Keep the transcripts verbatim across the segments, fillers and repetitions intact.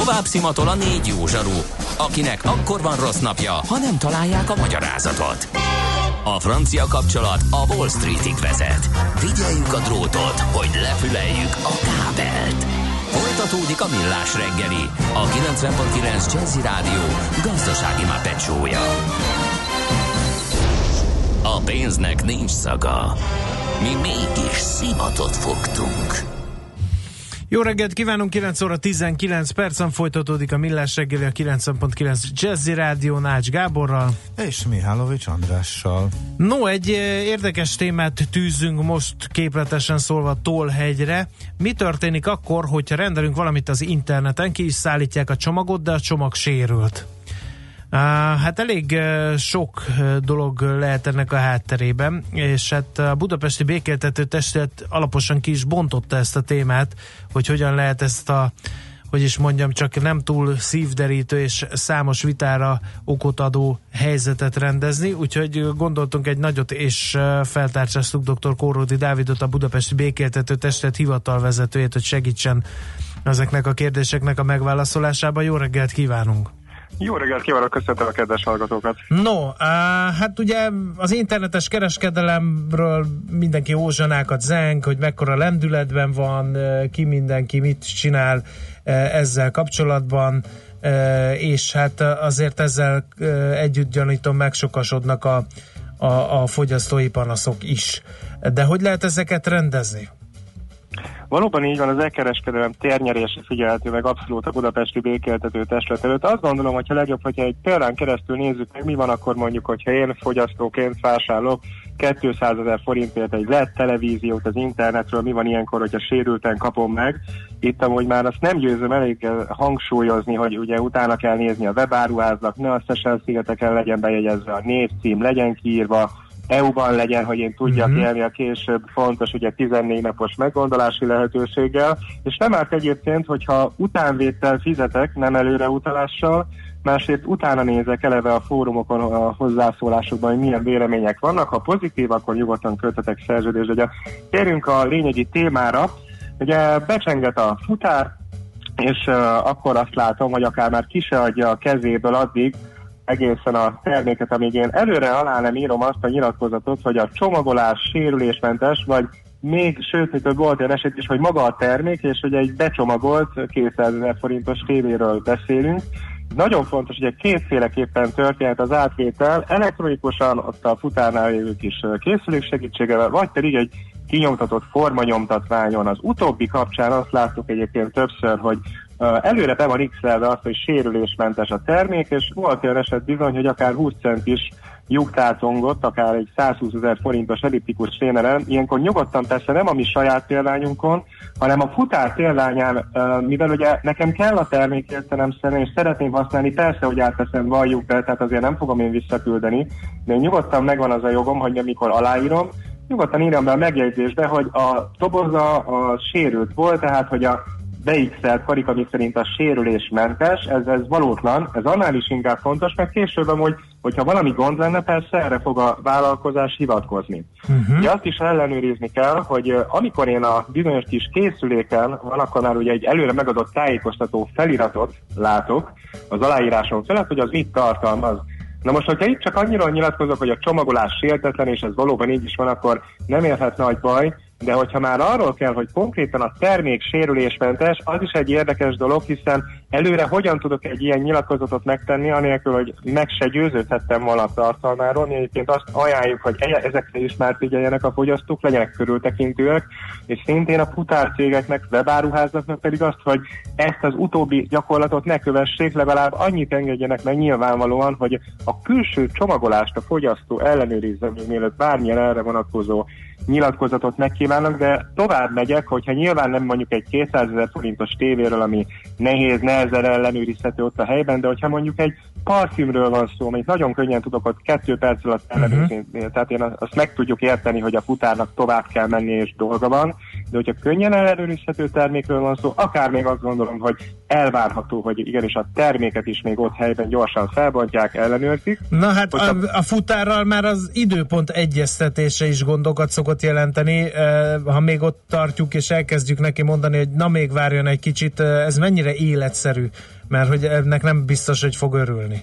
Tovább szimatol a négy jó zsaru, akinek akkor van rossz napja, ha nem találják a magyarázatot. A francia kapcsolat a Wall Streetig vezet. Figyeljük a drótot, hogy lefüleljük a kábelt. Folytatódik a Millás reggeli, a kilencven pont kilenc Jazzy Rádió gazdasági mápecsója. A pénznek nincs szaga. Mi mégis szimatot fogtunk. Jó reggelt kívánunk, kilenc óra tizenkilenc percen folytatódik a Millás reggeli a kilencven pont kilenc Jazzy Rádió Ács Gáborral. És Mihálovics Andrással. No, egy érdekes témát tűzünk most képletesen szólva Tollhegyre. Mi történik akkor, hogyha rendelünk valamit az interneten, ki is szállítják a csomagot, de a csomag sérült? Uh, hát elég uh, sok uh, dolog lehet ennek a hátterében, és hát a Budapesti Békéltető Testület alaposan ki is bontotta ezt a témát, hogy hogyan lehet ezt a, hogy is mondjam, csak nem túl szívderítő és számos vitára okot adó helyzetet rendezni, úgyhogy gondoltunk egy nagyot, és uh, feltárcsáztuk dr. Kóródi Dávidot, a Budapesti Békéltető Testület hivatalvezetőjét, hogy segítsen ezeknek a kérdéseknek a megválaszolásában. Jó reggelt kívánunk! Jó reggelt kívánok, köszöntöm a kedves hallgatókat! No, á, hát ugye az internetes kereskedelemről mindenki hózsanákat zeng, hogy mekkora lendületben van, ki mindenki mit csinál ezzel kapcsolatban, és hát azért ezzel együtt gyanítom megsokasodnak a, a, a fogyasztói panaszok is. De hogy lehet ezeket rendezni? Valóban így van, az e-kereskedelem térnyerése figyelhető meg abszolút a Budapesti Békéltető Testület előtt. Azt gondolom, hogyha legjobb, hogyha egy példán keresztül nézzük meg, mi van akkor mondjuk, hogyha én fogyasztóként vásárolok kétszázezer forintért egy led televíziót az internetről, mi van ilyenkor, hogyha sérülten kapom meg. Itt amúgy már azt nem győzöm elég hangsúlyozni, hogy ugye utána kell nézni a webáruháznak, ne a Seychelles-szigeteken legyen bejegyezve a névcím, legyen kiírva, é u-ban legyen, hogy én tudjak uh-huh. élni a később, fontos ugye tizennégy napos meggondolási lehetőséggel, és nem árt egyébként, hogyha utánvétel fizetek, nem előreutalással, másrészt utána nézek eleve a fórumokon, a hozzászólásokban, hogy milyen vélemények vannak, ha pozitív, akkor nyugodtan kötetek szerződést. Ugye térjünk a lényegi témára, ugye becsenget a futár, és uh, akkor azt látom, hogy akár már ki se adja a kezéből addig, egészen a terméket, amíg én előre alá nem írom azt a nyilatkozatot, hogy a csomagolás sérülésmentes, vagy még, sőt, hogy volt olyan eset is, hogy maga a termék, és hogy egy becsomagolt kétszázezer forintos tévéről beszélünk. Nagyon fontos, hogy kétféleképpen történhet az átvétel, elektronikusan, ott a futárnál lévő kis készülék segítségével, vagy pedig egy kinyomtatott formanyomtatványon. Az utóbbi kapcsán azt láttuk egyébként többször, hogy Uh, előre be van x-elve azt, hogy sérülésmentes a termék, és volt olyan eset bizony, hogy akár húsz centis lyuktátongott, akár egy százhúszezer forintos elliptikus fénelen. Ilyenkor nyugodtan persze nem a mi saját példányunkon, hanem a futár példányán, uh, mivel ugye nekem kell a termék értelemszerűen, és szeretném használni, persze, hogy átteszem, valljuk be, tehát azért nem fogom én visszaküldeni, de nyugodtan megvan az a jogom, hogy amikor aláírom, nyugodtan írjam be a megjegyzésbe, hogy a toboza a sérült volt, tehát hogy a beixelt karika, ami szerint a sérülésmentes, ez, ez valótlan, ez annál is inkább fontos, mert később amúgy, hogyha valami gond lenne, persze erre fog a vállalkozás hivatkozni. Uh-huh. Ugye azt is ellenőrizni kell, hogy uh, amikor én a bizonyos kis készüléken van, akkor már ugye egy előre megadott tájékoztató feliratot látok az aláíráson felett, hogy az mit tartalmaz. Na most, hogyha itt csak annyira nyilatkozok, hogy a csomagolás sértetlen, és ez valóban így is van, akkor nem érhet nagy baj, de hogyha már arról kell, hogy konkrétan a termék sérülésmentes, az is egy érdekes dolog, hiszen előre hogyan tudok egy ilyen nyilatkozatot megtenni, anélkül, hogy meg se győződhettem volna a tartalmáról. Mi egyébként azt ajánljuk, hogy ezekre is már figyeljenek a fogyasztók, legyenek körültekintőek, és szintén a futárcégeknek, webáruházaknak pedig azt, hogy ezt az utóbbi gyakorlatot ne kövessék, legalább annyit engedjenek meg nyilvánvalóan, hogy a külső csomagolást a fogyasztó ellenőrizze, még mielőtt bármilyen erre vonatkozó nyilatkozatot megkívánnak, de tovább megyek, hogyha nyilván nem mondjuk egy kétszázezer forintos tévéről, ami nehéz, nehezen ellenőrizhető ott a helyben, de hogyha mondjuk egy parfümről van szó, amit nagyon könnyen tudok ott kettő perc alatt ellenőrizni, uh-huh. tehát én azt meg tudjuk érteni, hogy a futárnak tovább kell menni és dolga van, de hogyha könnyen ellenőrizhető termékről van szó, akár még azt gondolom, hogy elvárható, hogy igenis a terméket is még ott helyben gyorsan felbontják, ellenőrzik. Na hát a, a futárral már az időpont egyeztetése is gondokat szokott jelenteni, ha még ott tartjuk és elkezdjük neki mondani, hogy na még várjon egy kicsit, ez mennyire életszerű, mert hogy ennek nem biztos, hogy fog örülni.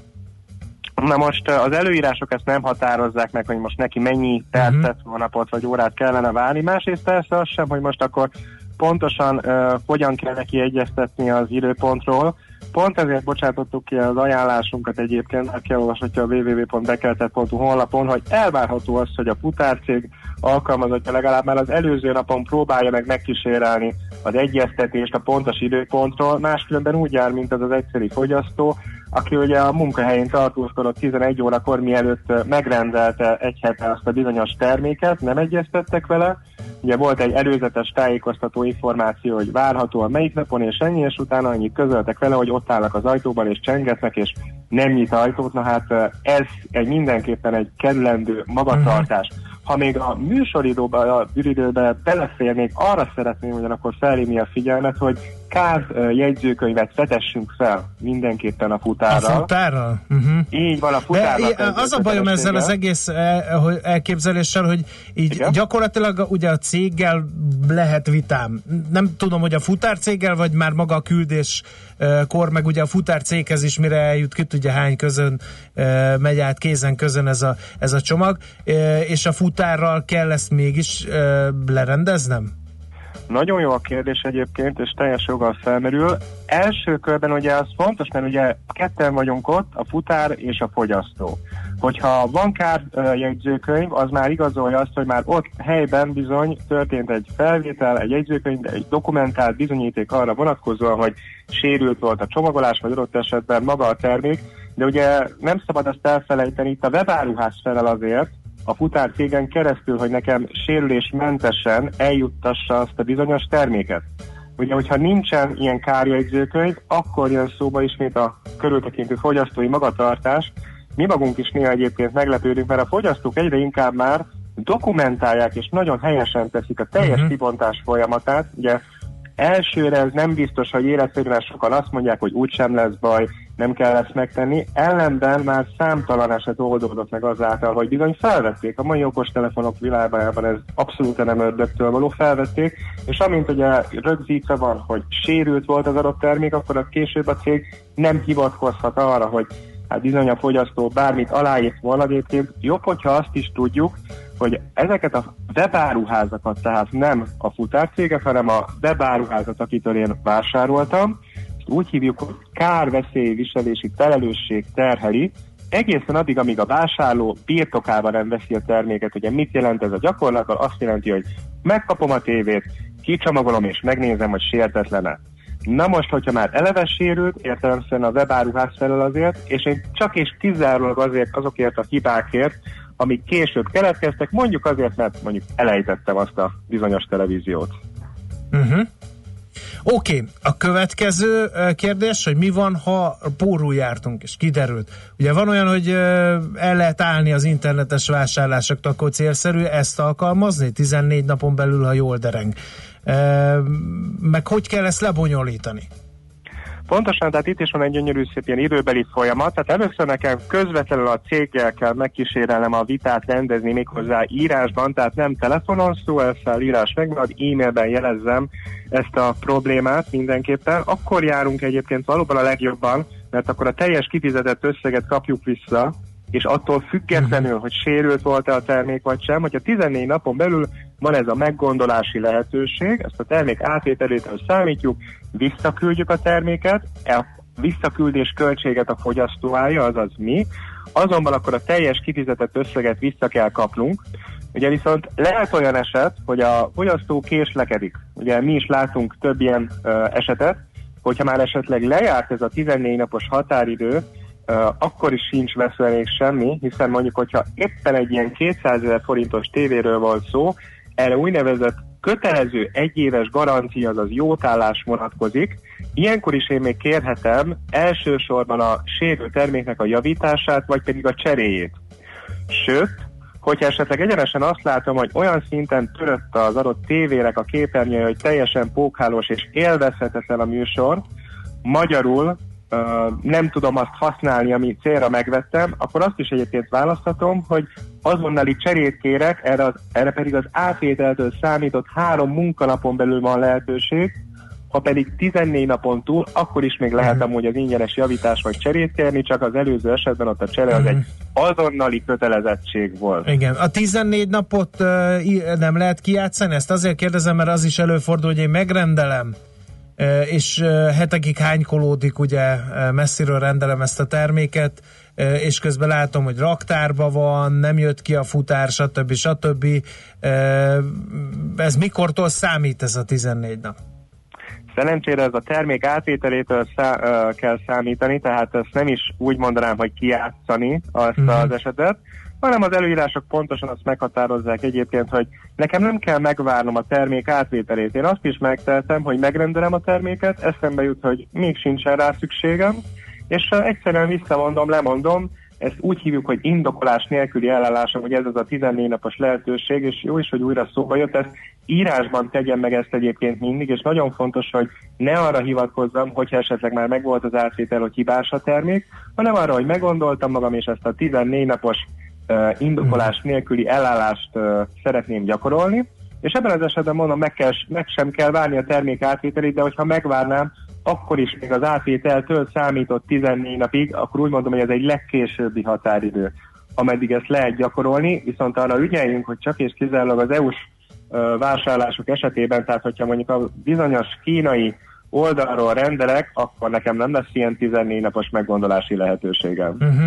Na most az előírások ezt nem határozzák meg, hogy most neki mennyi percet, uh-huh. hónapot vagy órát kellene várni. Másrészt persze az sem, hogy most akkor pontosan uh, hogyan kell neki egyeztetni az időpontról. Pont ezért bocsátottuk ki az ajánlásunkat egyébként, aki olvashatja a double-u double-u double-u pont bekeltet pont hu honlapon, hogy elvárható az, hogy a futárcég alkalmazottja legalább már az előző napon próbálja meg megkísérelni az egyeztetést a pontos időpontról, máskülönben úgy jár, mint az az egyszeri fogyasztó, aki ugye a munkahelyén tartózkodott tizenegy órakor, mielőtt megrendelte egy hete azt a bizonyos terméket, nem egyeztettek vele. Ugye volt egy előzetes tájékoztató információ, hogy várhatóan melyik napon és ennyi, és utána annyit közöltek vele, hogy ott állnak az ajtóban és csengetnek, és nem nyit ajtót. Na hát ez egy mindenképpen egy kerülendő magatartás. Ha még a műsoridóban, a űridőben beleférnék, arra szeretném ugyanakkor felhívni a figyelmet, hogy káv jegyzőkönyvet vetessünk fel mindenképpen a futárral. A futárral? Uh-huh. Így van, a futárral. De az a bajom ezzel az egész elképzeléssel, hogy így igen? Gyakorlatilag ugye a céggel lehet vitám. Nem tudom, hogy a futárcéggel, vagy már maga a küldéskor, meg ugye a futárcéghez is mire eljut, ki tudja hány közön megy át kézen közön ez a, ez a csomag, és a futárral kell ezt mégis lerendeznem? Nagyon jó a kérdés egyébként, és teljes joggal felmerül. Első körben ugye az fontos, mert ugye ketten vagyunk ott, a futár és a fogyasztó. Hogyha van kárjegyzőkönyv, az már igazolja azt, hogy már ott helyben bizony történt egy felvétel, egy jegyzőkönyv, egy dokumentált bizonyíték arra vonatkozóan, hogy sérült volt a csomagolás, vagy adott esetben maga a termék, de ugye nem szabad azt elfelejteni, itt a webáruház felel azért, a futárcégen keresztül, hogy nekem sérülésmentesen eljuttassa azt a bizonyos terméket. Ugye, hogyha nincsen ilyen kárjegyzőkönyv, akkor jön szóba ismét a körültekintő fogyasztói magatartás. Mi magunk is néha egyébként meglepődünk, mert a fogyasztók egyre inkább már dokumentálják, és nagyon helyesen teszik a teljes uh-huh. kibontás folyamatát. Ugye elsőre ez nem biztos, hogy életszerűen sokan azt mondják, hogy úgysem lesz baj, nem kell ezt megtenni. Ellenben már számtalan eset oldódott meg azáltal, hogy bizony felvették. A mai okostelefonok világában ez abszolút nem ördögtől való, felvették, és amint ugye rögzítve van, hogy sérült volt az adott termék, akkor a később a cég nem hivatkozhat arra, hogy hát bizony a fogyasztó bármit aláírt volna. Egyébként jobb, hogyha azt is tudjuk, hogy ezeket a webáruházakat, tehát nem a futárcéget, hanem a webáruházat, akitől én vásároltam, úgy hívjuk, hogy kárveszélyviselési felelősség terheli, egészen addig, amíg a vásárló birtokában nem veszi a terméket. Ugye mit jelent ez a gyakorlatban? Azt jelenti, hogy megkapom a tévét, kicsomagolom és megnézem, hogy sértetlen-e. Na most, hogyha már eleve sérült, értelemszerűen a webáruház felel azért, és én csak és kizárólag azért azokért a hibákért, amik később keletkeztek, mondjuk azért, mert mondjuk elejtettem azt a bizonyos televíziót. Uh-huh. Oké, okay. A következő kérdés, hogy mi van, ha pórul jártunk, és kiderült. Ugye van olyan, hogy el lehet állni az internetes vásárlásoktól, akkor célszerű ezt alkalmazni, tizennégy napon belül, ha jól dereng. Meg hogy kell ezt lebonyolítani? Pontosan, tehát itt is van egy gyönyörű szép ilyen időbeli folyamat, tehát először nekem közvetlenül a céggel kell megkísérelnem a vitát rendezni, méghozzá írásban, tehát nem telefonon szó, elszáll írás megmarad, e-mailben jelezzem ezt a problémát mindenképpen. Akkor járunk egyébként valóban a legjobban, mert akkor a teljes kifizetett összeget kapjuk vissza, és attól függetlenül, hogy sérült volt-e a termék vagy sem, hogyha tizennégy napon belül van ez a meggondolási lehetőség, ezt a termék átvételétől számítjuk, visszaküldjük a terméket, a visszaküldés költséget a fogyasztó állja, azaz mi, azonban akkor a teljes kifizetett összeget vissza kell kapnunk. Ugye viszont lehet olyan eset, hogy a fogyasztó késlekedik. Ugye mi is látunk több ilyen ö, esetet, hogyha már esetleg lejárt ez a tizennégy napos határidő, Uh, akkor is sincs veszve még semmi, hiszen mondjuk, hogyha éppen egy ilyen kétszázezer forintos tévéről volt szó, erre úgynevezett kötelező egyéves garancia, azaz jótállás vonatkozik. Ilyenkor is én még kérhetem elsősorban a sérült terméknek a javítását, vagy pedig a cseréjét. Sőt, Hogyha esetleg egyenesen azt látom, hogy olyan szinten törött az adott tévének a képernyője, hogy teljesen pókhálós és élvezhetetlen a műsor, magyarul uh, nem tudom azt használni, ami célra megvettem, akkor azt is egyébként választhatom, hogy azonnali cserét kérek, erre, az, erre pedig az átvételtől számított három munkanapon belül van lehetőség, ha pedig tizennégy napon túl, akkor is még lehet amúgy az ingyenes javítás vagy cserét kérni, csak az előző esetben ott a csere az egy azonnali kötelezettség volt. Igen, a tizennégy napot uh, nem lehet kijátszani? Ezt azért kérdezem, mert az is előfordul, hogy én megrendelem, uh, és uh, hetekig hánykolódik, ugye uh, messziről rendelem ezt a terméket, uh, és közben látom, hogy raktárban van, nem jött ki a futár, stb. stb. Uh, ez mikortól számít ez a tizennégy nap? Szerencsére ez a termék átvételétől szá- uh, kell számítani, tehát ezt nem is úgy mondanám, hogy kijátszani azt mm. az esetet, hanem az előírások pontosan azt meghatározzák egyébként, hogy nekem nem kell megvárnom a termék átvételét. Én azt is megtehetem, hogy megrendelem a terméket, eszembe jut, hogy még sincsen rá szükségem, és uh, egyszerűen visszamondom, lemondom, ezt úgy hívjuk, hogy indokolás nélküli elállásom, hogy ez az a tizennégy napos lehetőség, és jó is, hogy újra szóba jött, ezt írásban tegyem meg ezt egyébként mindig, és nagyon fontos, hogy ne arra hivatkozzam, hogyha esetleg már megvolt az átvétel, hogy hibás a termék, hanem arra, hogy meggondoltam magam, és ezt a tizennégy napos uh, indokolás nélküli elállást uh, szeretném gyakorolni, és ebben az esetben mondom, meg, kell, meg sem kell várni a termék átvételét, de hogyha megvárnám, akkor is még az átvételtől számított tizennégy napig, akkor úgy mondom, hogy ez egy legkésőbbi határidő, ameddig ezt lehet gyakorolni, viszont arra ügyeljünk, hogy csak és kizárólag az é u-s uh, vásárlások esetében, tehát hogyha mondjuk a bizonyos kínai oldalról rendelek, akkor nekem nem lesz ilyen tizennégy napos meggondolási lehetőségem. Uh-huh.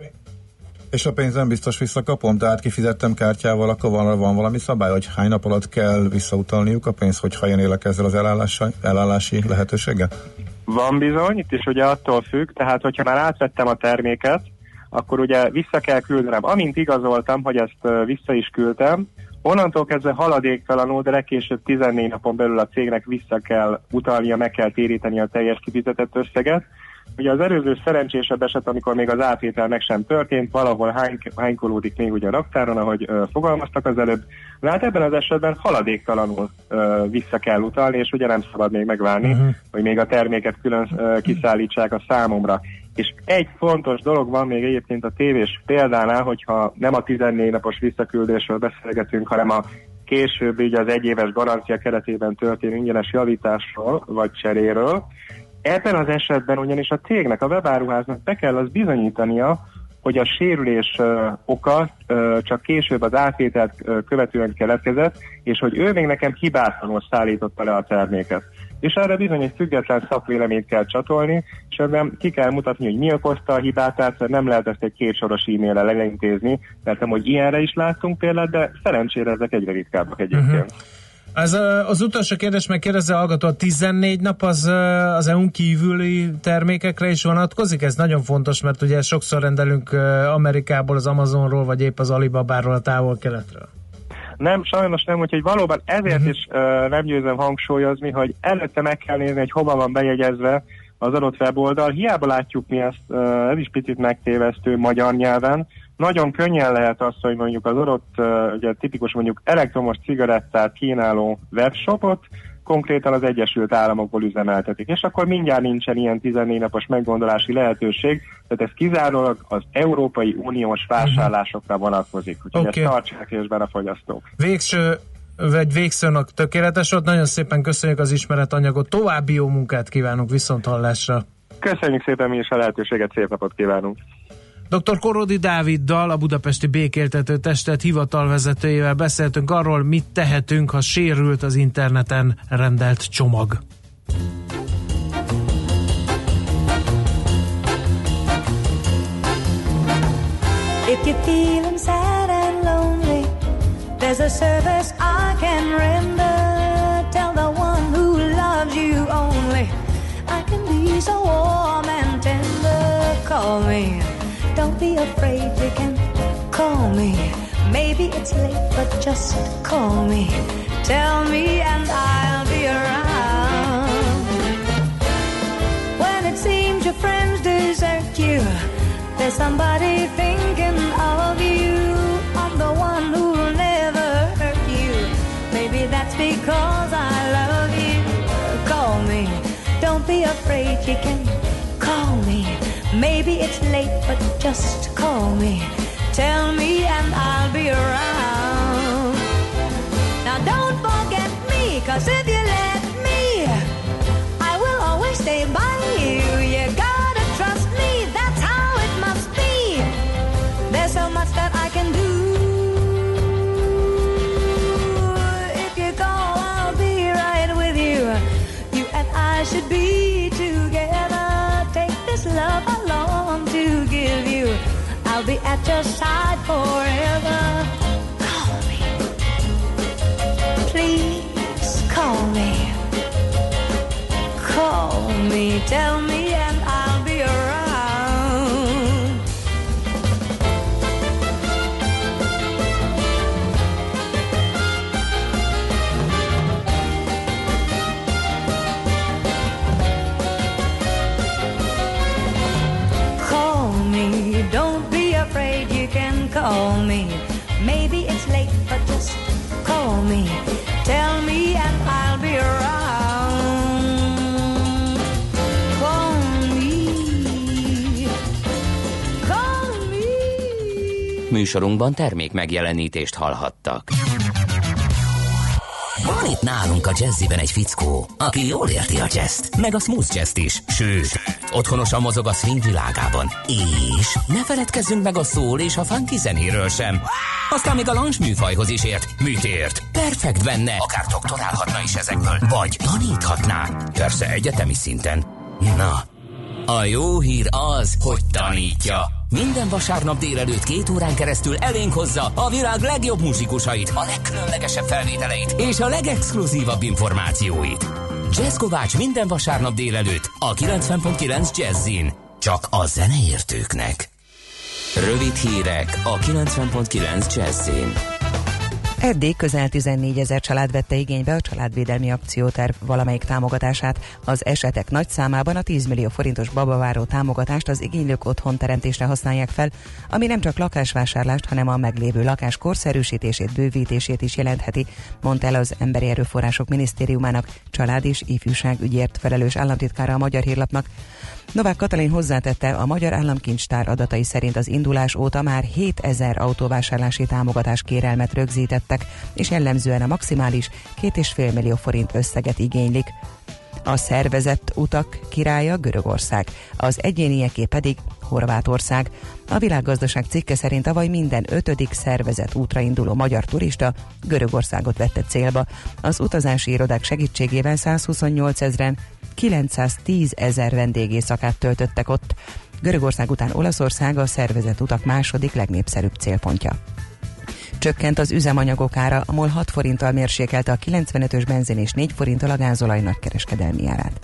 És a pénzem biztos visszakapom, tehát kifizettem kártyával, akkor van, van valami szabály, hogy hány nap alatt kell visszautalniuk a pénzt, hogyha én élek ezzel az elállási lehetőséggel? Van bizony, itt is ugye attól függ, tehát hogyha már átvettem a terméket, akkor ugye vissza kell küldenem. Amint igazoltam, hogy ezt vissza is küldtem, onnantól kezdve haladéktalanul, de legkésőbb tizennégy napon belül a cégnek vissza kell utalnia, meg kell téríteni a teljes kifizetett összeget. Ugye az előző szerencsésebb eset, amikor még az átvétel meg sem történt, valahol hány, hánykolódik még ugye a raktáron, ahogy ö, fogalmaztak az előbb. De hát ebben az esetben haladéktalanul ö, vissza kell utalni, és ugye nem szabad még megvárni, uh-huh. hogy még a terméket külön ö, kiszállítsák a számomra. És egy fontos dolog van még egyébként a tévés példánál, hogyha nem a tizennégy napos visszaküldésről beszélgetünk, hanem a később így az egyéves garancia keretében történő ingyenes javításról vagy cseréről. Ebben az esetben ugyanis a cégnek, a webáruháznak be kell az bizonyítania, hogy a sérülés uh, oka uh, csak később az átvételt uh, követően keletkezett, és hogy ő még nekem hibátlanul szállította le a terméket. És erre bizony egy független szakvéleményt kell csatolni, és ebben ki kell mutatni, hogy mi okozta a hibát, tehát nem lehet ezt egy kétsoros e-mail-el elintézni, mert nem, hogy ilyenre is láttunk példát, de szerencsére ezek egyre ritkábbak egyébként. Uh-huh. Az, az utolsó kérdés, meg kérdezze hallgató, a tizennégy nap az, az é u-n kívüli termékekre is vonatkozik? Ez nagyon fontos, mert ugye sokszor rendelünk Amerikából, az Amazonról, vagy épp az Alibabáról, a távol-keletről. Nem, sajnos nem, úgyhogy valóban ezért uh-huh. is uh, nem győzöm hangsúlyozni, hogy előtte meg kell nézni, hogy hova van bejegyezve az adott weboldal. Hiába látjuk mi ezt, uh, ez is picit megtévesztő magyar nyelven. Nagyon könnyen lehet az, hogy mondjuk az adott, uh, ugye tipikus mondjuk elektromos cigarettát kínáló webshopot konkrétan az Egyesült Államokból üzemeltetik. És akkor mindjárt nincsen ilyen tizennégy napos meggondolási lehetőség, tehát ez kizárólag az Európai Uniós vásárlásokra vonatkozik. Úgyhogy okay. ezt tartsák észben a fogyasztók. Végső, vagy végszónak tökéletes volt. Nagyon szépen köszönjük az ismeretanyagot. További jó munkát kívánunk, viszont hallásra. Köszönjük szépen mi is a lehetőséget, szép napot kívánunk. doktor Korodi Dáviddal, a Budapesti Békéltető Testület hivatalvezetőjével beszéltünk arról, mit tehetünk, ha sérült az interneten rendelt csomag. If you're feeling sad and lonely, there's a service I can render. Tell the one who loves you only, I can be so warm and tender. Call me. Don't be afraid, you can call me. Maybe it's late, but just call me. Tell me and I'll be around. When it seems your friends desert you, there's somebody thinking of you. I'm the one be afraid, you can call me. Maybe it's late, but just call me. Tell me and I'll be around. Now don't forget me, 'cause if you let me, I will always stay by you. You gotta trust me, that's how it must be. There's so much that I can do. If you call, I'll be right with you. You and I should be together. Take this love along to give you. I'll be at your side forever. Call me. Please call me. Call me, tell me and I'll be around. Call me, don't be afraid, you can call me. Maybe it's late, but just call me. Tell me and I'll be around. Call me. Call me. Műsorunkban termék megjelenítést hallhattak. Van itt nálunk a Jazziben egy fickó, aki jól érti a jazzt, meg a smooth jazzt is, sőt, otthonosan mozog a swing világában. És ne feledkezzünk meg a soul és a funky zenéről sem. Aztán még a lounge műfajhoz is ért. Mit ért? Perfekt benne, akár doktorálhatna is ezekből, vagy taníthatná. Persze egyetemi szinten. Na, a jó hír az, hogy tanítja. Minden vasárnap délelőtt két órán keresztül elénk hozza a világ legjobb muzsikusait, a legkülönlegesebb felvételeit és a legexkluzívabb információit. Jazz Kovács minden vasárnap délelőtt a kilencven pont kilenc Jazzin. Csak a zeneértőknek. Rövid hírek a kilencven pont kilenc Jazzin. Eddig közel tizennégyezer család vette igénybe a családvédelmi akcióterv valamelyik támogatását. Az esetek nagy számában a tíz millió forintos babaváró támogatást az igénylők otthonteremtésre használják fel, ami nem csak lakásvásárlást, hanem a meglévő lakás korszerűsítését, bővítését is jelentheti, mondta el az Emberi Erőforrások Minisztériumának család- és ifjúságügyért felelős államtitkára a Magyar Hírlapnak. Novák Katalin hozzátette, a Magyar Államkincstár adatai szerint az indulás óta már hétezer autóvásárlási támogatás kérelmet rögzítettek, és jellemzően a maximális két és fél millió forint összeget igénylik. A szervezett utak királya Görögország, az egyénieké pedig Horvátország. A Világgazdaság cikke szerint tavaly minden ötödik szervezett útra induló magyar turista Görögországot vette célba. Az utazási irodák segítségével százhuszonnyolc ezren kilencszáztíz ezer vendégészakát töltöttek ott. Görögország után Olaszország a szervezett utak második legnépszerűbb célpontja. Csökkent az üzemanyagok ára, a MOL hat forinttal mérsékelte a kilencvenötös benzin és négy forinttal a gázolaj nagykereskedelmi árát.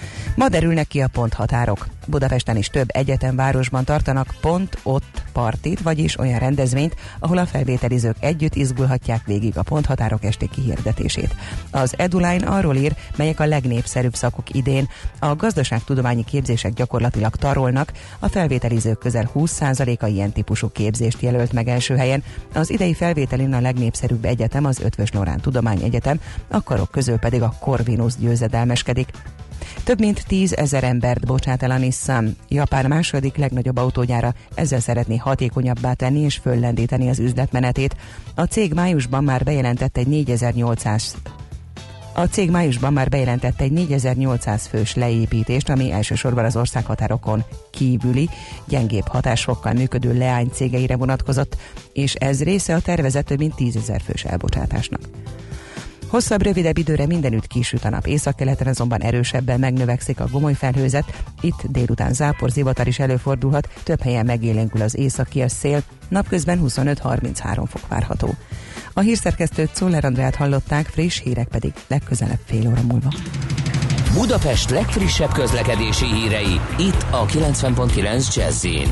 Ma derülnek ki a ponthatárok. Budapesten is több egyetemvárosban tartanak pont-ott partit, vagyis olyan rendezvényt, ahol a felvételizők együtt izgulhatják végig a ponthatárok esti kihirdetését. Az EduLine arról ír, melyek a legnépszerűbb szakok idén. A gazdaságtudományi képzések gyakorlatilag tarolnak, a felvételizők közel húsz százaléka ilyen típusú képzést jelölt meg első helyen. Az idei felvételin a legnépszerűbb egyetem az Eötvös Loránd Tudományegyetem, a karok közül pedig a Corvinus győzedelmeskedik. Több mint tízezer embert bocsát el a Nissan. Japán második legnagyobb autógyára, ezzel szeretné hatékonyabbá tenni és föllendíteni az üzletmenetét. A cég májusban már bejelentett egy négyezer-nyolcszáz A cég májusban már bejelentette egy négyezer-nyolcszáz fős leépítést, ami elsősorban az országhatárokon kívüli, gyengébb hatásfokkal működő leánycégeire vonatkozott, és ez része a tervezett több mint tízezer fős elbocsátásnak. Hosszabb, rövidebb időre mindenütt kisüt a nap, északkeleten azonban erősebben megnövekszik a gomoly felhőzet, itt délután zápor, zivatar is előfordulhat, több helyen megélénkül az északias szél, napközben huszonöt-harminchárom fok várható. A hírszerkesztőt, Czoller Andrát hallották, friss hírek pedig legközelebb fél óra múlva. Budapest legfrissebb közlekedési hírei, itt a kilencven pont kilenc Jazz-in.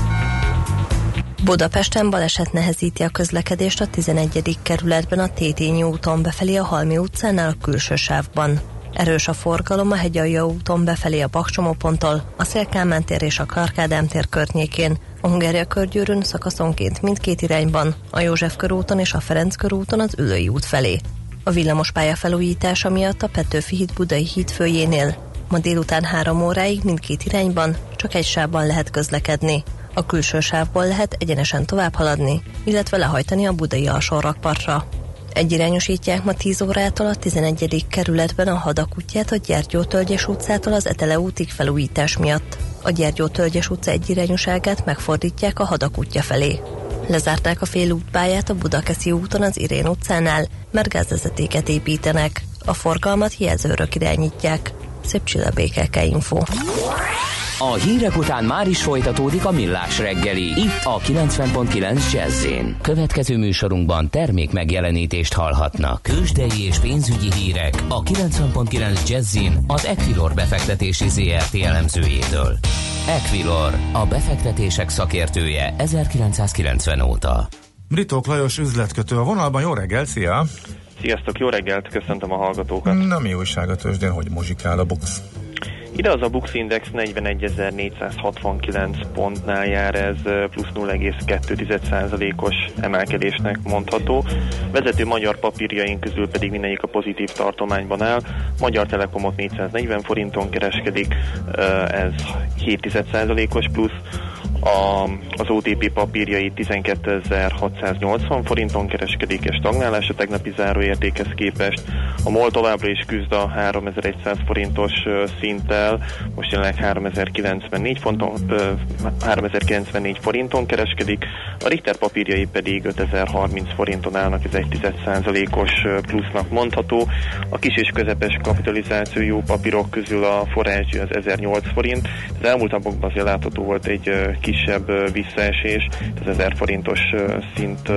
Budapesten baleset nehezíti a közlekedést a tizenegyedik kerületben a Tétényi úton befelé a Halmi utcánál a külső sávban. Erős a forgalom a Hegyalja úton befelé a Bakcsomóponttól, a Széll-Kálmán tér és a Clark Ádám tér környékén, a Hungária körgyűrűn szakaszonként mindkét irányban, a József körúton és a Ferenc körúton az Üllői út felé. A villamospálya felújítása miatt a Petőfi híd Budai híd főjénél Ma délután három óráig mindkét irányban csak egy sávban lehet közlekedni. A külső sávból lehet egyenesen tovább haladni, illetve lehajtani a budai alsórakpartra. Egyirányosítják ma tíz órától a tizenegyedik kerületben a Hadak útját a Gyergyó-Tölgyes utcától az Etele útig felújítás miatt. A Gyergyó-Tölgyes utca egyirányúságát megfordítják a Hadak útja felé. Lezárták a félútpályát a Budakeszi úton az Irén utcánál, mert gázvezetéket építenek. A forgalmat jelzőrök irányítják. Szép Csilla bé ká ká Info. A hírek után már is folytatódik a Millás reggeli, itt a kilencven pont kilenc Jazz-én. Következő műsorunkban termék megjelenítést hallhatnak. Tőzsdei és pénzügyi hírek a kilencven pont kilenc Jazz-én az Equilor befektetési zé er té elemzőjétől. Equilor, a befektetések szakértője ezerkilencszázkilencven óta. Britók Lajos üzletkötő a vonalban, jó reggel, szia! Sziasztok, jó reggelt, köszöntöm a hallgatókat. Na, mi újság a tőzsdén, hogy muzsikál a BUX? Ide az a BUX Index negyvenegyezer-négyszázhatvankilenc pontnál jár, ez plusz nulla egész kettő százalékos emelkedésnek mondható. Vezető magyar papírjaink közül pedig mindegyik a pozitív tartományban áll. Magyar Telekomot négyszáznegyven forinton kereskedik, ez hét százalékos plusz. A, az o té pé papírjai tizenkétezer-hatszáznyolcvan forinton kereskedik, és stagnálás a tegnapi záróértékhez képest. A MOL továbbra is küzd a háromezer-száz forintos szinttel, most jelenleg háromezer-kilencvennégy forinton kereskedik, a Richter papírjai pedig ötezer-harminc forinton állnak, ez egy tized százalékos plusznak mondható. A kis és közepes kapitalizációjú papírok közül a forázsi az ezernyolc forint. Az elmúlt napokban azért látható volt egy kisebb visszaesés, az ezer forintos szint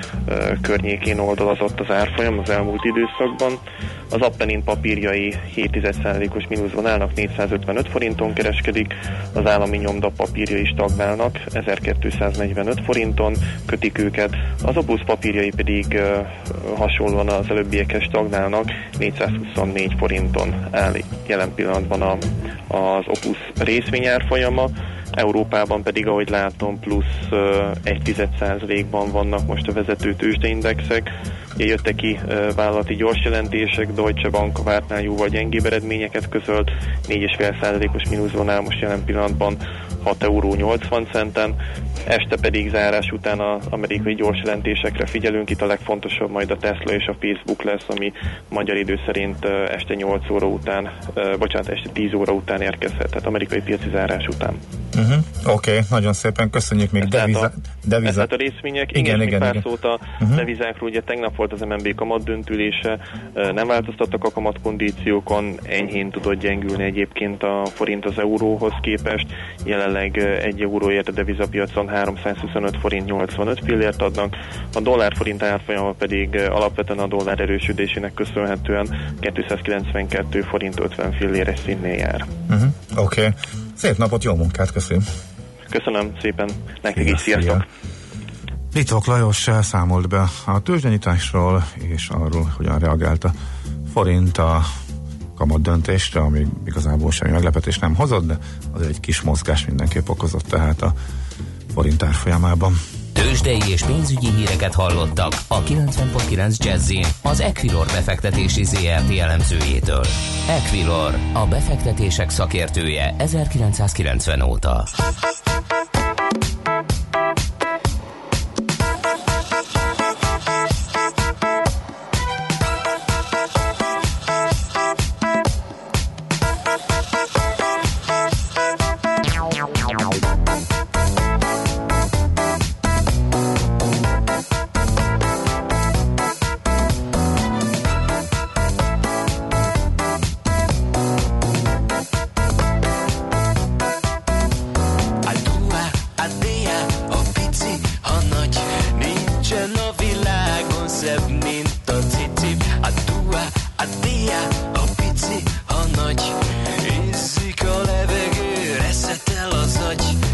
környékén oldalazott az árfolyam az elmúlt időszakban. Az Appenin papírjai hét százalékos mínuszban állnak, négyszázötvenöt forinton kereskedik, az állami nyomda papírjai is stagnálnak, ezerkétszáznegyvenöt forinton kötik őket, az Opus papírjai pedig hasonlóan az előbbiekhez stagnálnak, négyszázhuszonnégy forinton áll jelen pillanatban a, az Opus részvényárfolyama. Európában pedig, ahogy látom, plusz egy tized százalékban vannak most a vezető tőzsdeindexek. Ugye jöttek ki vállalati gyors jelentések, Deutsche Bank vártnál jóval gyengébb eredményeket közölt, négy egész öt százalékos mínuszban áll most jelen pillanatban hat euró nyolcvan centen. Este pedig zárás után az amerikai gyors jelentésekre figyelünk, itt a legfontosabb majd a Tesla és a Facebook lesz, ami magyar idő szerint este nyolc óra után, bocsánat, este tíz óra után érkezhet, tehát amerikai piaci zárás után. Uh-huh. Oké, okay, nagyon szépen köszönjük. Még deviza, a, deviza. a részvények. Igen, igen, igen, még pár igen. szót a uh-huh. devizákról. Ugye tegnap volt az em en bé kamat döntülése, nem változtattak a kamatkondíciókon, enyhén tudott gyengülni egyébként a forint az euróhoz képest. Jelenleg egy euróért a devizapiacon háromszázhuszonöt forint nyolcvanöt fillért adnak, a dollár forint árfolyama pedig alapvetően a dollár erősödésének köszönhetően kétszázkilencvenkettő forint ötven filléres színnél jár. Uh-huh. Oké. Okay. Szép napot, jó munkát, köszönöm. Köszönöm szépen, nektek is, sziasztok! Litvak Lajos számolt be a tőzsdenyításról, és arról, hogyan reagált a forint a kamat döntésre, ami igazából semmi meglepetés nem hozott, de azért egy kis mozgás mindenképp okozott tehát a forint árfolyamában. Tőzsdei és pénzügyi híreket hallottak a kilencven pont kilenc Jazz-in az Equilor befektetési zé er té elemzőjétől. Equilor, a befektetések szakértője ezerkilencszázkilencven óta. Ízik a levegő, reszetel az agy.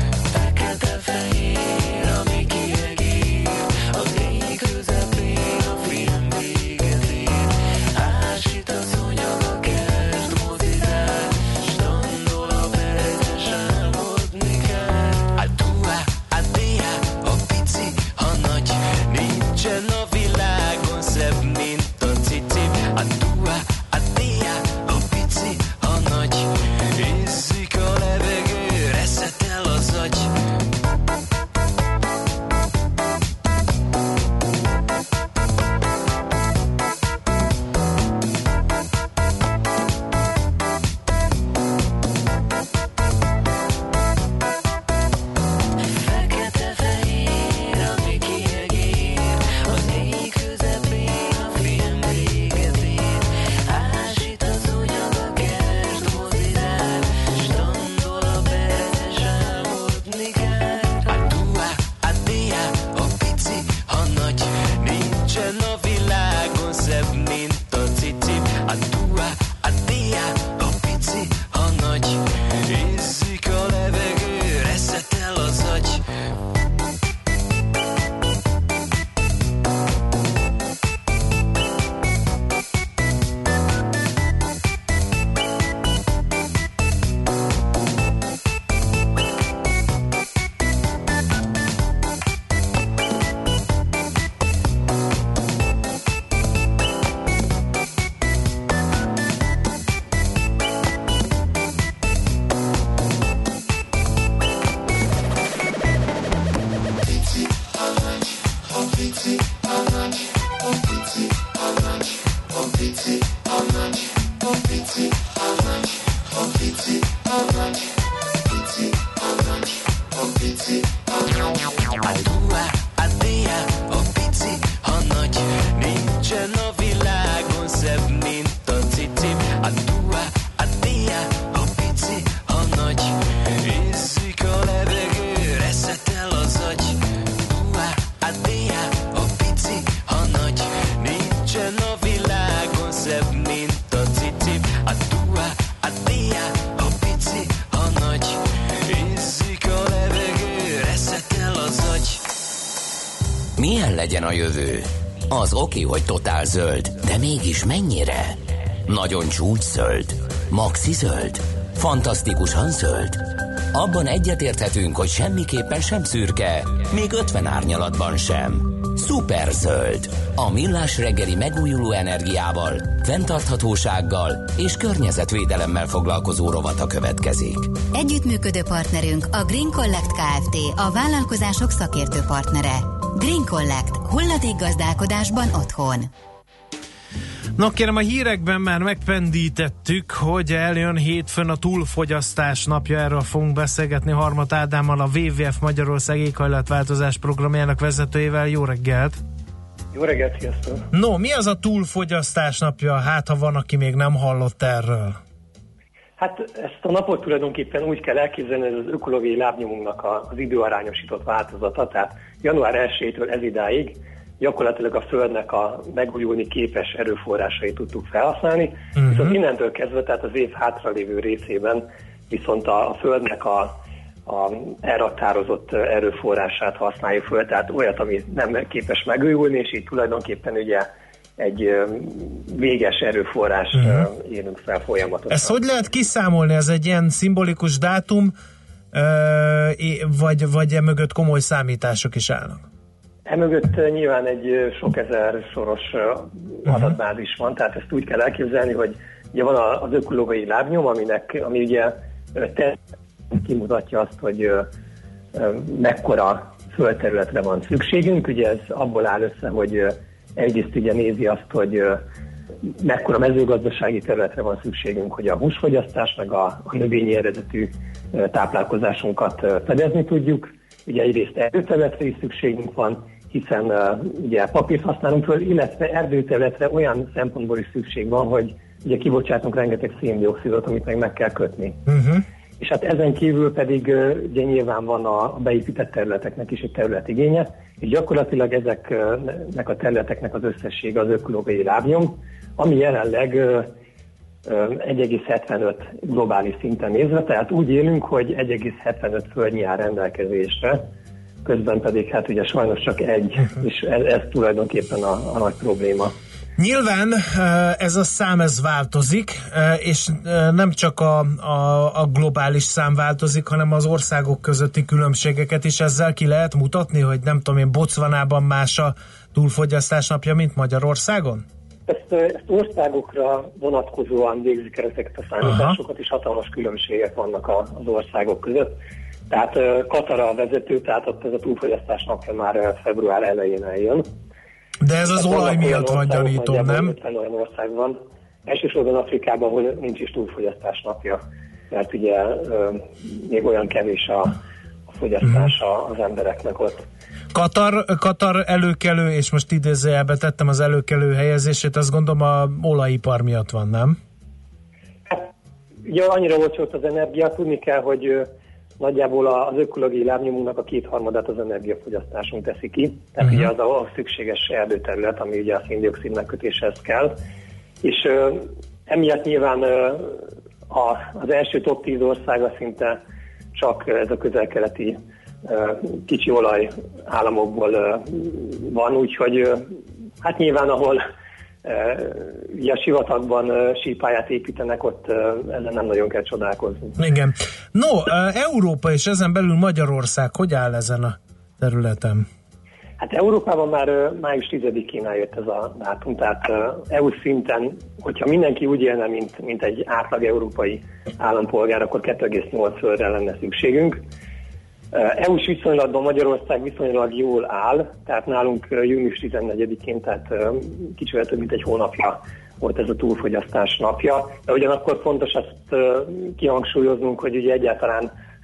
pici, ha nagy. A dua, a dia, a pici, ha nagy. Nincsen a világon szebb, mint a cici. A dua, a dia, a pici, ha nagy. Ízik a levegő, reszetel az agy. Dua, a dia, a pici, ha nagy. Nincsen a világon szebb, mint a cici. A dua, a dia, a pici, ha nagy. Ízik a levegő, reszetel az agy. Milyen legyen a jövő? Az oké, hogy totál zöld, de mégis mennyire? Nagyon csúcs zöld? Maxi zöld? Fantasztikusan zöld? Abban egyetérthetünk, hogy semmiképpen sem szürke, még ötven árnyalatban sem. Szuper zöld. A Millás reggeli megújuló energiával, fenntarthatósággal és környezetvédelemmel foglalkozó rovata következik. Együttműködő partnerünk a Green Collect Kft. A vállalkozások szakértő partnere. Green Collect. Hulladékgazdálkodásban otthon. Na kérem, a hírekben már megpendítettük, hogy eljön hétfőn a túlfogyasztás napja, erről fogunk beszélgetni Harmat Ádámmal, a dupla vé vé ef Magyarország éghajlatváltozás programjának vezetőjével. Jó reggelt! Jó reggelt, sziasztok! No, mi az a túlfogyasztás napja? Hát, ha van, aki még nem hallott erről. Hát ezt a napot tulajdonképpen úgy kell elképzelni, hogy az ökológiai lábnyomunknak az időarányosított változata, tehát január elsejétől ez idáig gyakorlatilag a Földnek a megújulni képes erőforrásait tudtuk felhasználni, uh-huh. viszont innentől kezdve, tehát az év hátralévő részében viszont a, a Földnek a, a elraktározott erőforrását használjuk föl, tehát olyat, ami nem képes megújulni, és így tulajdonképpen ugye egy véges erőforrás uh-huh. élünk fel folyamatosan. Ezt hogy lehet kiszámolni? Ez egy ilyen szimbolikus dátum, vagy, vagy emögött komoly számítások is állnak? Emögött nyilván egy sok ezer soros adatbázis van, tehát ezt úgy kell elképzelni, hogy ugye van az ökológiai lábnyom, aminek, ami ugye kimutatja azt, hogy mekkora földterületre van szükségünk. Ugye ez abból áll össze, hogy egyrészt ugye nézi azt, hogy mekkora mezőgazdasági területre van szükségünk, hogy a húsfogyasztás meg a, a növényi eredetű táplálkozásunkat fedezni tudjuk. Ugye egyrészt erdőterületre is szükségünk van, hiszen uh, ugye papírt használunk föl, illetve erdőterületre olyan szempontból is szükség van, hogy ugye kibocsátunk rengeteg széndioxidot, amit meg meg kell kötni. Uh-huh. És hát ezen kívül pedig uh, ugye nyilván van a, a beépített területeknek is egy területigénye, és gyakorlatilag ezeknek a területeknek az összessége az ökológiai lábnyom, ami jelenleg uh, egy egész hetvenöt globális szinten nézve, tehát úgy élünk, hogy egy egész hetvenöt földnyi áll rendelkezésre, közben pedig hát ugye sajnos csak egy, és ez, ez tulajdonképpen a, a nagy probléma. Nyilván ez a szám ez változik, és nem csak a, a, a globális szám változik, hanem az országok közötti különbségeket is ezzel ki lehet mutatni, hogy nem tudom én, Botswanában más a túlfogyasztás napja, mint Magyarországon? Ezt, ezt országokra vonatkozóan végzik el ezeket a számításokat, és hatalmas különbségek vannak az országok között. Tehát Katar a vezető, tehát ott ez a túlfogyasztás napja már február elején eljön. De ez az olaj miatt van, gyanítom, nem? ötven olyan ország van. Elsősorban Afrikában, ahol nincs is túlfogyasztás napja, mert ugye még olyan kevés a, a fogyasztás uh-huh. az embereknek ott. Katar, Katar előkelő, és most idézőjelbe tettem az előkelő helyezését, azt gondolom a olajipar miatt van, nem? Hát, ugye annyira olcsó az energia, tudni kell, hogy nagyjából az ökológiai lábnyomunknak a kétharmadát az energiafogyasztásunk teszi ki. Tehát uh-huh. ugye az a, a szükséges erdőterület, ami ugye a szén-dioxid megkötéshez kell. És uh, emiatt nyilván uh, a, az első top tíz országa szinte csak ez a közel-keleti uh, kicsi olaj államokból uh, van, úgyhogy uh, hát nyilván ahol Uh, ugye a sivatagban uh, sípályát építenek, ott uh, ezen nem nagyon kell csodálkozni. Igen. No, uh, Európa és ezen belül Magyarország hogy áll ezen a területen? Hát Európában már uh, május tizedikén jött ez a dátum, tehát uh, é u szinten, hogyha mindenki úgy élne, mint, mint egy átlag európai állampolgár, akkor kettő egész nyolc földre lenne szükségünk. é u-s viszonylatban Magyarország viszonylag jól áll, tehát nálunk június tizennegyedikén, tehát kicsivel több mint egy hónapja volt ez a túlfogyasztás napja, de ugyanakkor fontos ezt kihangsúlyoznunk, hogy ugye egyáltalán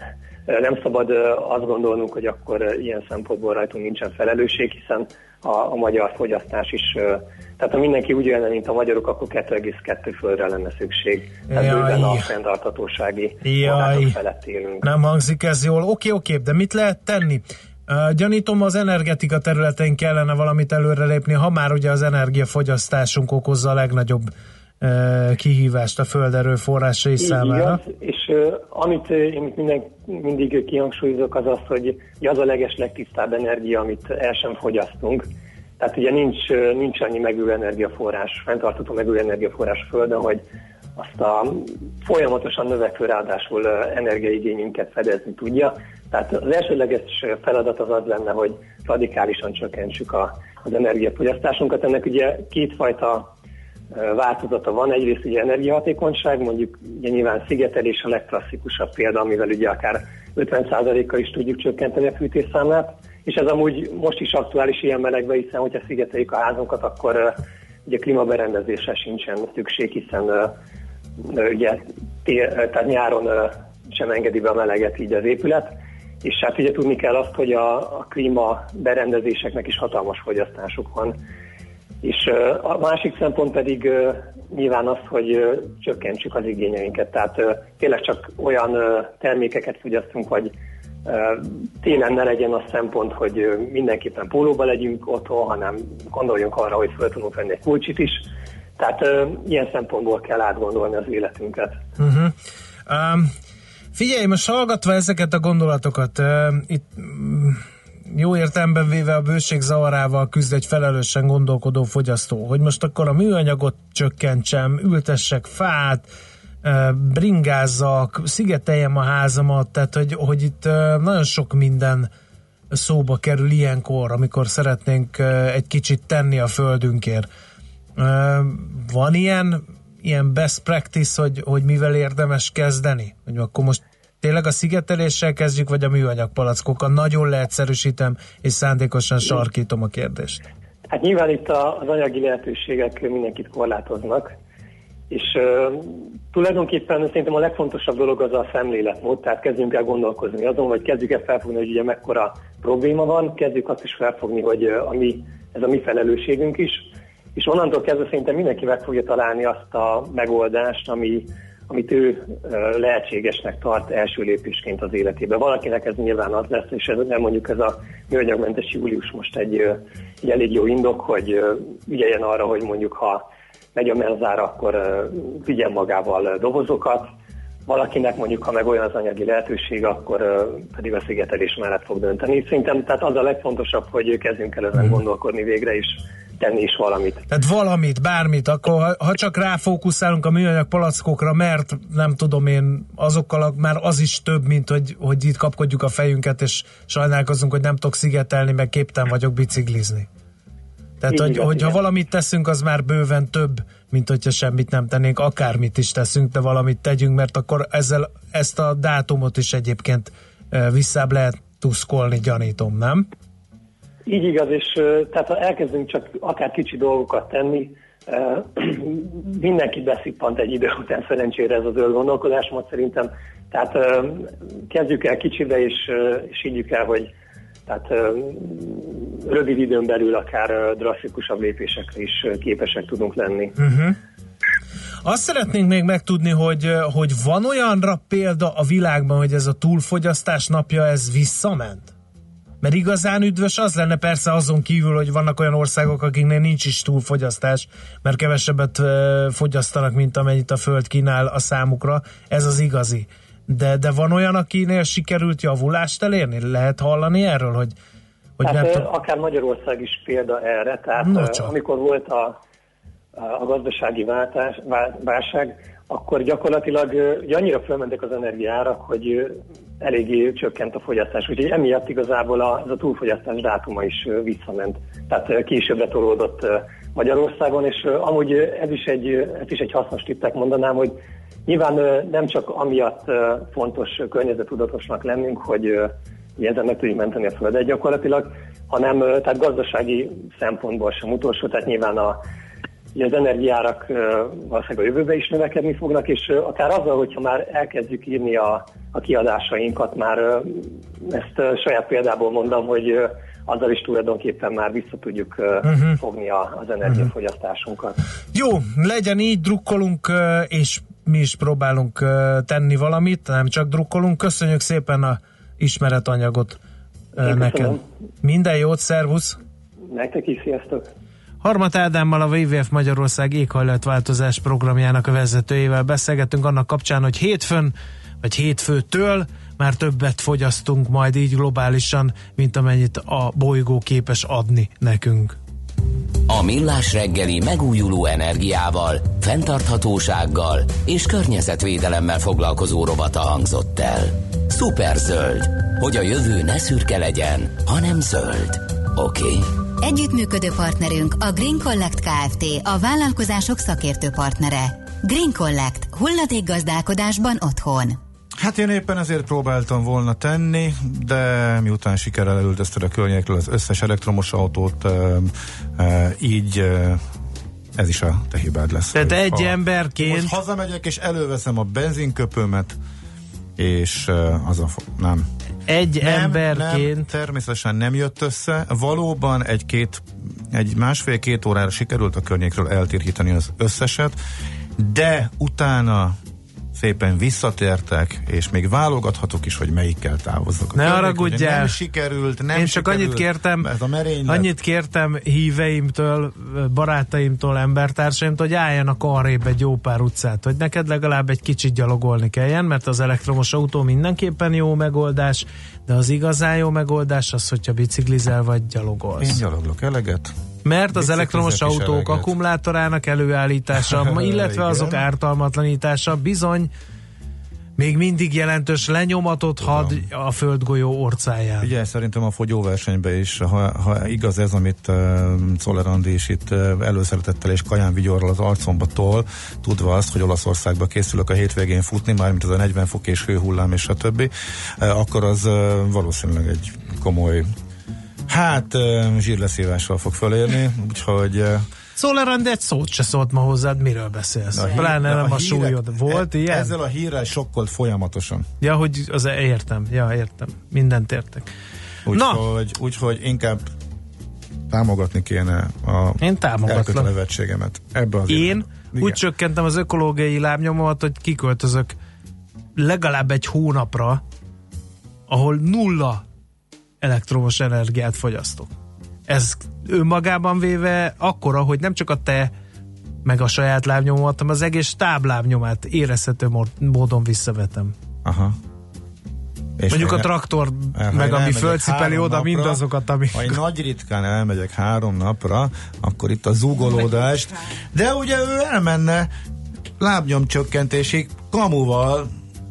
Nem szabad azt gondolnunk, hogy akkor ilyen szempontból rajtunk nincsen felelősség, hiszen a, a magyar fogyasztás is, tehát ha mindenki úgy jönne, mint a magyarok, akkor kettő egész kettő földre lenne szükség. Tehát bőven a fenntarthatósági korlátok felett élünk. Nem hangzik ez jól. Oké, oké, de mit lehet tenni? Uh, gyanítom, az energetika területén kellene valamit előrelépni, ha már ugye az energiafogyasztásunk okozza a legnagyobb uh, kihívást a földerőforrásai számára. Igaz, és uh, amit én minden, mindig kihangsúlyozok, az az, hogy az a leges legtisztább energia, amit el sem fogyasztunk. Tehát ugye nincs, nincs annyi megújuló energiaforrás, fenntartható megújuló energiaforrás a Földön, hogy azt a folyamatosan növekvő ráadásul energiaigényünket fedezni tudja. Tehát az elsődleges feladat az az lenne, hogy radikálisan csökkentsük a, az energiafogyasztásunkat. Ennek ugye kétfajta változata van. Egyrészt ugye energiahatékonyság, mondjuk ugye nyilván szigetelés a legklasszikusabb példa, amivel ugye akár ötven százalékkal is tudjuk csökkenteni a fűtésszámlát, és ez amúgy most is aktuális ilyen melegben, hiszen hogyha szigeteljük a házunkat, akkor uh, ugye klímaberendezésre sincsen szükség, hiszen uh, ugye tél, uh, tehát nyáron uh, sem engedi be a meleget így az épület, és hát ugye tudni kell azt, hogy a, a klímaberendezéseknek is hatalmas fogyasztásuk van. És uh, a másik szempont pedig uh, nyilván az, hogy uh, csökkentsük az igényeinket, tehát uh, tényleg csak olyan uh, termékeket fogyasztunk, vagy télen ne legyen az szempont, hogy mindenképpen pólóba legyünk otthon, hanem gondoljunk arra, hogy fel tudunk venni egy pulcsit is. Tehát uh, ilyen szempontból kell átgondolni az életünket. Uh-huh. Um, figyelj, most hallgatva ezeket a gondolatokat, uh, itt um, jó értelemben véve a bőség zavarával küzd egy felelősen gondolkodó fogyasztó, hogy most akkor a műanyagot csökkentsem, ültessek fát, bringázzak, szigeteljem a házamat, tehát hogy, hogy itt nagyon sok minden szóba kerül ilyenkor, amikor szeretnénk egy kicsit tenni a földünkért. Van ilyen, ilyen best practice, hogy, hogy mivel érdemes kezdeni? Hogy akkor most tényleg a szigeteléssel kezdjük, vagy a műanyag palackokkal? Nagyon leegyszerűsítem, és szándékosan sarkítom a kérdést. Hát nyilván itt az anyagi lehetőségek mindenkit korlátoznak, és uh, tulajdonképpen szerintem a legfontosabb dolog az a szemléletmód, tehát kezdjünk el gondolkozni azon, vagy kezdjük el felfogni, hogy ugye mekkora probléma van, kezdjük azt is felfogni, hogy uh, a mi, ez a mi felelősségünk is, és onnantól kezdve szerintem mindenki meg fogja találni azt a megoldást, ami, amit ő uh, lehetségesnek tart első lépésként az életében. Valakinek ez nyilván az lesz, és ez, nem mondjuk ez a műanyagmentes július most egy, uh, egy elég jó indok, hogy uh, ügyeljen arra, hogy mondjuk ha megy a menzára, akkor uh, vigyen magával dobozokat. Valakinek mondjuk, ha meg olyan az anyagi lehetőség, akkor uh, pedig a szigetelés mellett fog dönteni. Szerintem tehát az a legfontosabb, hogy kezdjünk el ezen gondolkodni végre, és tenni is valamit. Tehát valamit, bármit, akkor ha, ha csak ráfókuszálunk a műanyag palackokra, mert nem tudom én, azokkal már az is több, mint hogy, hogy itt kapkodjuk a fejünket, és sajnálkozunk, hogy nem tudok szigetelni, meg képtelen vagyok biciklizni. Tehát, hogy, igaz, hogyha igen. valamit teszünk, az már bőven több, mint hogyha semmit nem tennénk, akármit is teszünk, de valamit tegyünk, mert akkor ezzel ezt a dátumot is egyébként visszább lehet tuszkolni, gyanítom, nem? Így igaz, és tehát ha elkezdünk csak akár kicsi dolgokat tenni, mindenki beszippant egy idő után szerencsére ez az zöld gondolkodásmód szerintem. Tehát kezdjük el kicsibe, és, és higgyük el, hogy tehát rövid időn belül akár drasztikusabb lépésekre is képesek tudunk lenni. Uh-huh. Azt szeretnénk még megtudni, hogy, hogy van olyanra példa a világban, hogy ez a túlfogyasztás napja, ez visszament? Mert igazán üdvös az lenne, persze azon kívül, hogy vannak olyan országok, akiknél nincs is túlfogyasztás, mert kevesebbet fogyasztanak, mint amennyit a föld kínál a számukra. Ez az igazi. De, de van olyan, akinél sikerült javulást elérni? Lehet hallani erről, hogy, hogy hát, nem t- akár Magyarország is példa erre, tehát amikor volt a, a gazdasági váltás, válság, akkor gyakorlatilag ugye annyira fölmentek az energiaárak, hogy eléggé csökkent a fogyasztás. Úgyhogy emiatt igazából a, ez a túlfogyasztás dátuma is visszament. Tehát későbbre tolódott Magyarországon, és amúgy ez is egy, ez is egy hasznos tippnek mondanám, hogy nyilván nem csak amiatt fontos környezettudatosnak lennünk, hogy ezen meg tudjuk menteni a Földet gyakorlatilag, hanem tehát gazdasági szempontból sem utolsó, tehát nyilván a ugye az energiárak valószínűleg a jövőben is növekedni fognak, és akár azzal, hogyha már elkezdjük írni a, a kiadásainkat, már ezt saját példából mondom, hogy azzal is tulajdonképpen már vissza tudjuk uh-huh. fogni a, az energiafogyasztásunkat. Jó, legyen így, drukkolunk, és mi is próbálunk tenni valamit, nem csak drukkolunk. Köszönjük szépen a ismeretanyagot neked. Minden jót, szervusz! Nektek is, sziasztok! Harmat Ádámmal, a dupla vé vé ef Magyarország éghajlatváltozás programjának a vezetőjével beszélgettünk annak kapcsán, hogy hétfőn, vagy hétfőtől már többet fogyasztunk majd így globálisan, mint amennyit a bolygó képes adni nekünk. A Millás reggeli megújuló energiával, fenntarthatósággal és környezetvédelemmel foglalkozó rovata hangzott el. Szuperzöld, hogy a jövő ne szürke legyen, hanem zöld. Oké? Okay? Együttműködő partnerünk a Green Collect Kft., a vállalkozások szakértő partnere. Green Collect. Hulladékgazdálkodásban otthon. Hát én éppen ezért próbáltam volna tenni, de miután sikerrel elültözted a környékről az összes elektromos autót, e, e, így e, ez is a te hibád lesz. Tehát egy ha, emberként... Most hazamegyek és előveszem a benzinköpőmet, és e, az a... Nem. Egy nem, emberként... Nem, természetesen nem jött össze. Valóban egy-két, egy másfél-két órára sikerült a környékről eltirhítani az összeset, de utána szépen visszatértek, és még válogathatok is, hogy melyikkel távozzak. Ne haragudjál! Nem sikerült, nem Én csak sikerült, annyit kértem, ez a annyit kértem híveimtől, barátaimtól, embertársaimtól, hogy álljanak arrébb egy jó pár utcát, hogy neked legalább egy kicsit gyalogolni kelljen, mert az elektromos autó mindenképpen jó megoldás, de az igazán jó megoldás az, hogyha biciklizel vagy gyalogolsz. Én gyaloglok eleget. Mert az elektromos autók akkumulátorának előállítása, illetve azok ártalmatlanítása bizony még mindig jelentős lenyomatot had a földgolyó orcáján. Ugye szerintem a fogyóversenyben is, ha, ha igaz ez, amit uh, Czoller Andi is itt uh, előszeretettel és Kaján vigyorral az arcomba tol, tudva azt, hogy Olaszországba készülök a hétvégén futni, mármint az a negyven fok és hőhullám és a többi, uh, akkor az uh, valószínűleg egy komoly hát zsírleszívással fog fölérni, úgyhogy... Czoller Andi egy szót se szólt ma hozzád, miről beszélsz? A hír, Pláne nem a, a súlyod. Volt e, ilyen? Ezzel a hírrel sokkolt folyamatosan. Ja, hogy az értem, ja, értem. Mindent értek. Úgyhogy úgy, inkább támogatni kéne a elkötelezettségemet. Ebbe az Én úgy csökkentem az ökológiai lábnyomomat, hogy kiköltözök legalább egy hónapra, ahol nulla elektromos energiát fogyasztok. Ez önmagában véve akkora, hogy nem csak a te meg a saját lábnyomomat, hanem az egész táblábnyomát érezhető módon visszavetem. Aha. És mondjuk a traktor, meg ami fölcipeli oda napra, mindazokat, amik... Ha én nagy ritkán elmegyek három napra, akkor itt a zúgolódást, de ugye ő elmenne lábnyomcsökkentésig kamuval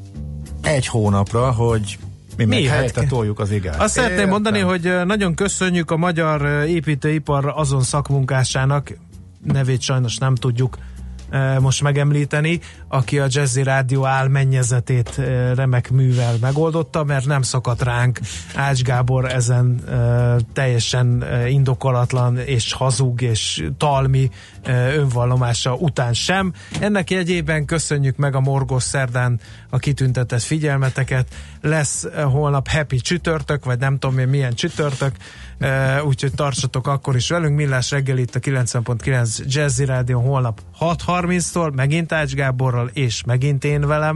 egy hónapra, hogy mi meg helyette toljuk az igát. Azt szeretném Értem. mondani, hogy nagyon köszönjük a magyar építőipar azon szakmunkásának, nevét sajnos nem tudjuk most megemlíteni, aki a Jazzy Rádió álmennyezetét remek művel megoldotta, mert nem szakadt ránk Ács Gábor ezen teljesen indokolatlan és hazug és talmi önvallomása után sem. Ennek jegyében köszönjük meg a Morgos szerdán a kitüntetett figyelmeteket. Lesz holnap happy csütörtök, vagy nem tudom én milyen csütörtök, úgyhogy tartsatok akkor is velünk. Millás reggel itt a kilencven pont kilenc Jazzy Rádió holnap hat harminctól, megint Ács Gáborral, és megint én velem,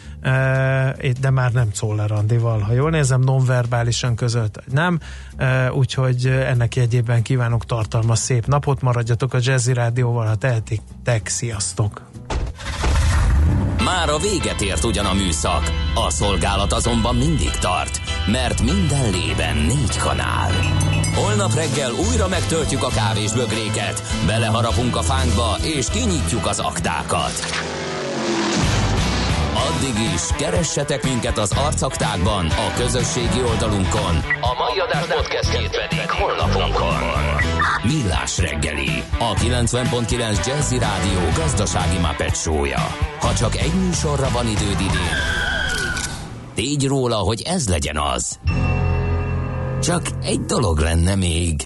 de már nem Czoller Andival, ha jól nézem, nonverbálisan közölt, nem, úgyhogy ennek jegyében kívánok tartalmas szép napot, maradjatok a Jazzy Rádióval, ha tehetitek, sziasztok! Már a véget ért ugyan a műszak, a szolgálat azonban mindig tart, mert minden lében négy kanál. Holnap reggel újra megtöltjük a kávésbögréket, beleharapunk a fánkba és kinyitjuk az aktákat. Addig is keressetek minket az arcaktákban, a közösségi oldalunkon, a mai adás podcastjét pedig honlapunkon. Millás reggeli, a kilencven pont kilenc Jazzy Rádió gazdasági Muppet show-ja. Ha csak egy műsorra van időd idén, tégy róla, hogy ez legyen az. Csak egy dolog lenne még.